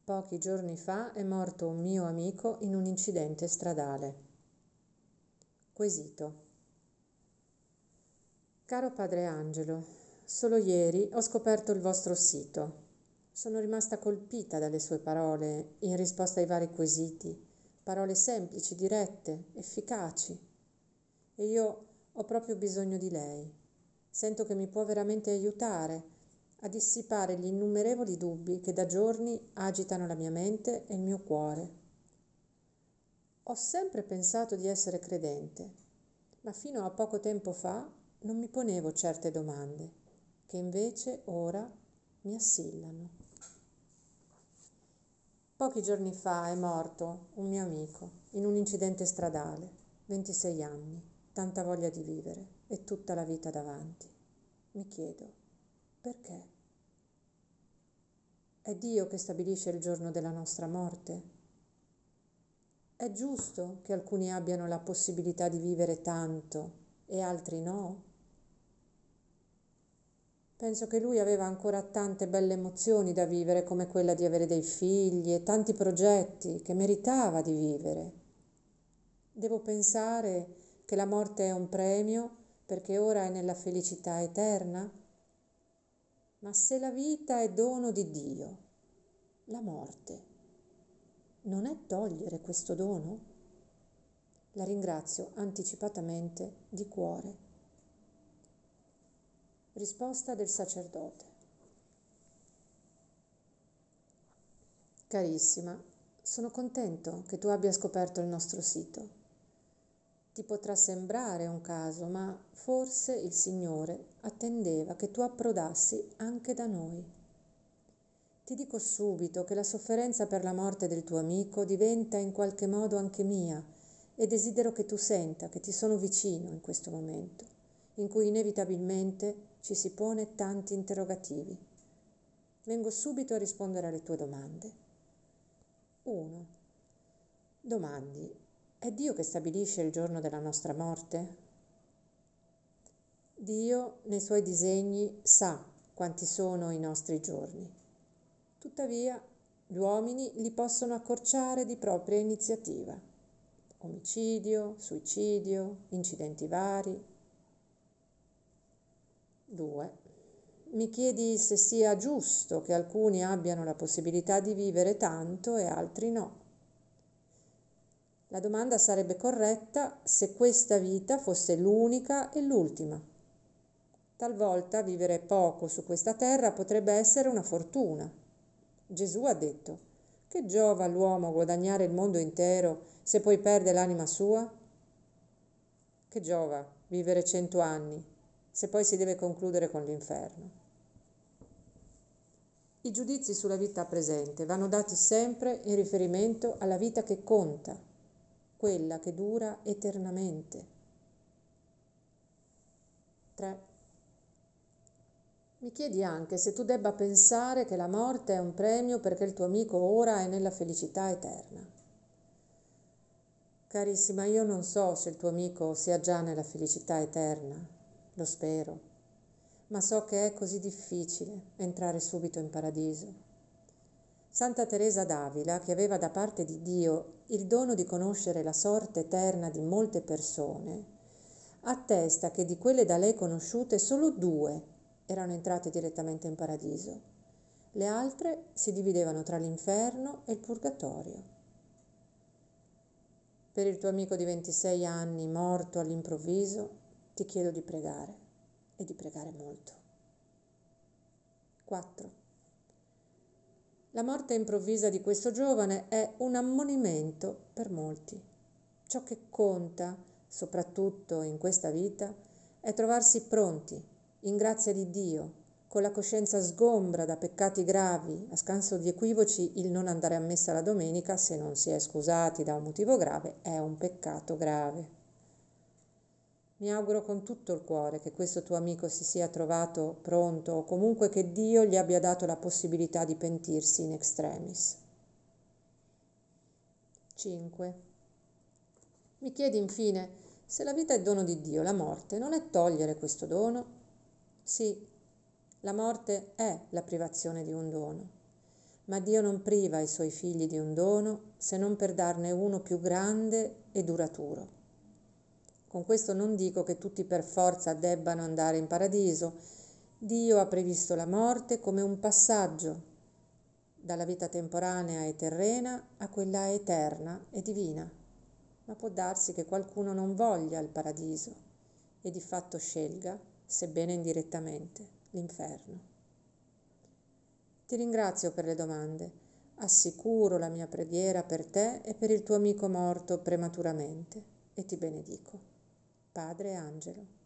Pochi giorni fa è morto un mio amico in un incidente stradale. Quesito. Caro padre Angelo, solo ieri ho scoperto il vostro sito. Sono rimasta colpita dalle sue parole in risposta ai vari quesiti, parole semplici, dirette, efficaci. E io ho proprio bisogno di lei. Sento che mi può veramente aiutare a dissipare gli innumerevoli dubbi che da giorni agitano la mia mente e il mio cuore. Ho sempre pensato di essere credente, ma fino a poco tempo fa non mi ponevo certe domande, che invece ora mi assillano. Pochi giorni fa è morto un mio amico in un incidente stradale, 26 anni, tanta voglia di vivere e tutta la vita davanti. Mi chiedo, perché? È Dio che stabilisce il giorno della nostra morte? È giusto che alcuni abbiano la possibilità di vivere tanto e altri no? Penso che lui aveva ancora tante belle emozioni da vivere, come quella di avere dei figli e tanti progetti che meritava di vivere. Devo pensare che la morte è un premio perché ora è nella felicità eterna? Ma se la vita è dono di Dio, la morte non è togliere questo dono? La ringrazio anticipatamente di cuore. Risposta del sacerdote. Carissima, sono contento che tu abbia scoperto il nostro sito. Ti potrà sembrare un caso, ma forse il Signore attendeva che tu approdassi anche da noi. Ti dico subito che la sofferenza per la morte del tuo amico diventa in qualche modo anche mia e desidero che tu senta che ti sono vicino in questo momento, in cui inevitabilmente ci si pone tanti interrogativi. Vengo subito a rispondere alle tue domande. 1. Domandi. È Dio che stabilisce il giorno della nostra morte? Dio, nei suoi disegni, sa quanti sono i nostri giorni. Tuttavia, gli uomini li possono accorciare di propria iniziativa. Omicidio, suicidio, incidenti vari. 2. Mi chiedi se sia giusto che alcuni abbiano la possibilità di vivere tanto e altri no. La domanda sarebbe corretta se questa vita fosse l'unica e l'ultima. Talvolta vivere poco su questa terra potrebbe essere una fortuna. Gesù ha detto: che giova all'uomo guadagnare il mondo intero se poi perde l'anima sua? Che giova vivere 100 anni se poi si deve concludere con l'inferno? I giudizi sulla vita presente vanno dati sempre in riferimento alla vita che conta, quella che dura eternamente. 3. Mi chiedi anche se tu debba pensare che la morte è un premio perché il tuo amico ora è nella felicità eterna. Carissima, io non so se il tuo amico sia già nella felicità eterna, lo spero, ma so che è così difficile entrare subito in paradiso. Santa Teresa d'Avila, che aveva da parte di Dio il dono di conoscere la sorte eterna di molte persone, attesta che di quelle da lei conosciute solo 2 erano entrate direttamente in paradiso. Le altre si dividevano tra l'inferno e il purgatorio. Per il tuo amico di 26 anni, morto all'improvviso, ti chiedo di pregare e di pregare molto. 4. La morte improvvisa di questo giovane è un ammonimento per molti. Ciò che conta, soprattutto in questa vita, è trovarsi pronti, in grazia di Dio, con la coscienza sgombra da peccati gravi, a scanso di equivoci il non andare a messa la domenica, se non si è scusati da un motivo grave, è un peccato grave. Mi auguro con tutto il cuore che questo tuo amico si sia trovato pronto o comunque che Dio gli abbia dato la possibilità di pentirsi in extremis. 5. Mi chiedi infine se la vita è dono di Dio, la morte non è togliere questo dono? Sì, la morte è la privazione di un dono, ma Dio non priva i suoi figli di un dono se non per darne uno più grande e duraturo. Con questo non dico che tutti per forza debbano andare in paradiso. Dio ha previsto la morte come un passaggio dalla vita temporanea e terrena a quella eterna e divina. Ma può darsi che qualcuno non voglia il paradiso e di fatto scelga, sebbene indirettamente, l'inferno. Ti ringrazio per le domande. Assicuro la mia preghiera per te e per il tuo amico morto prematuramente e ti benedico. Padre Angelo.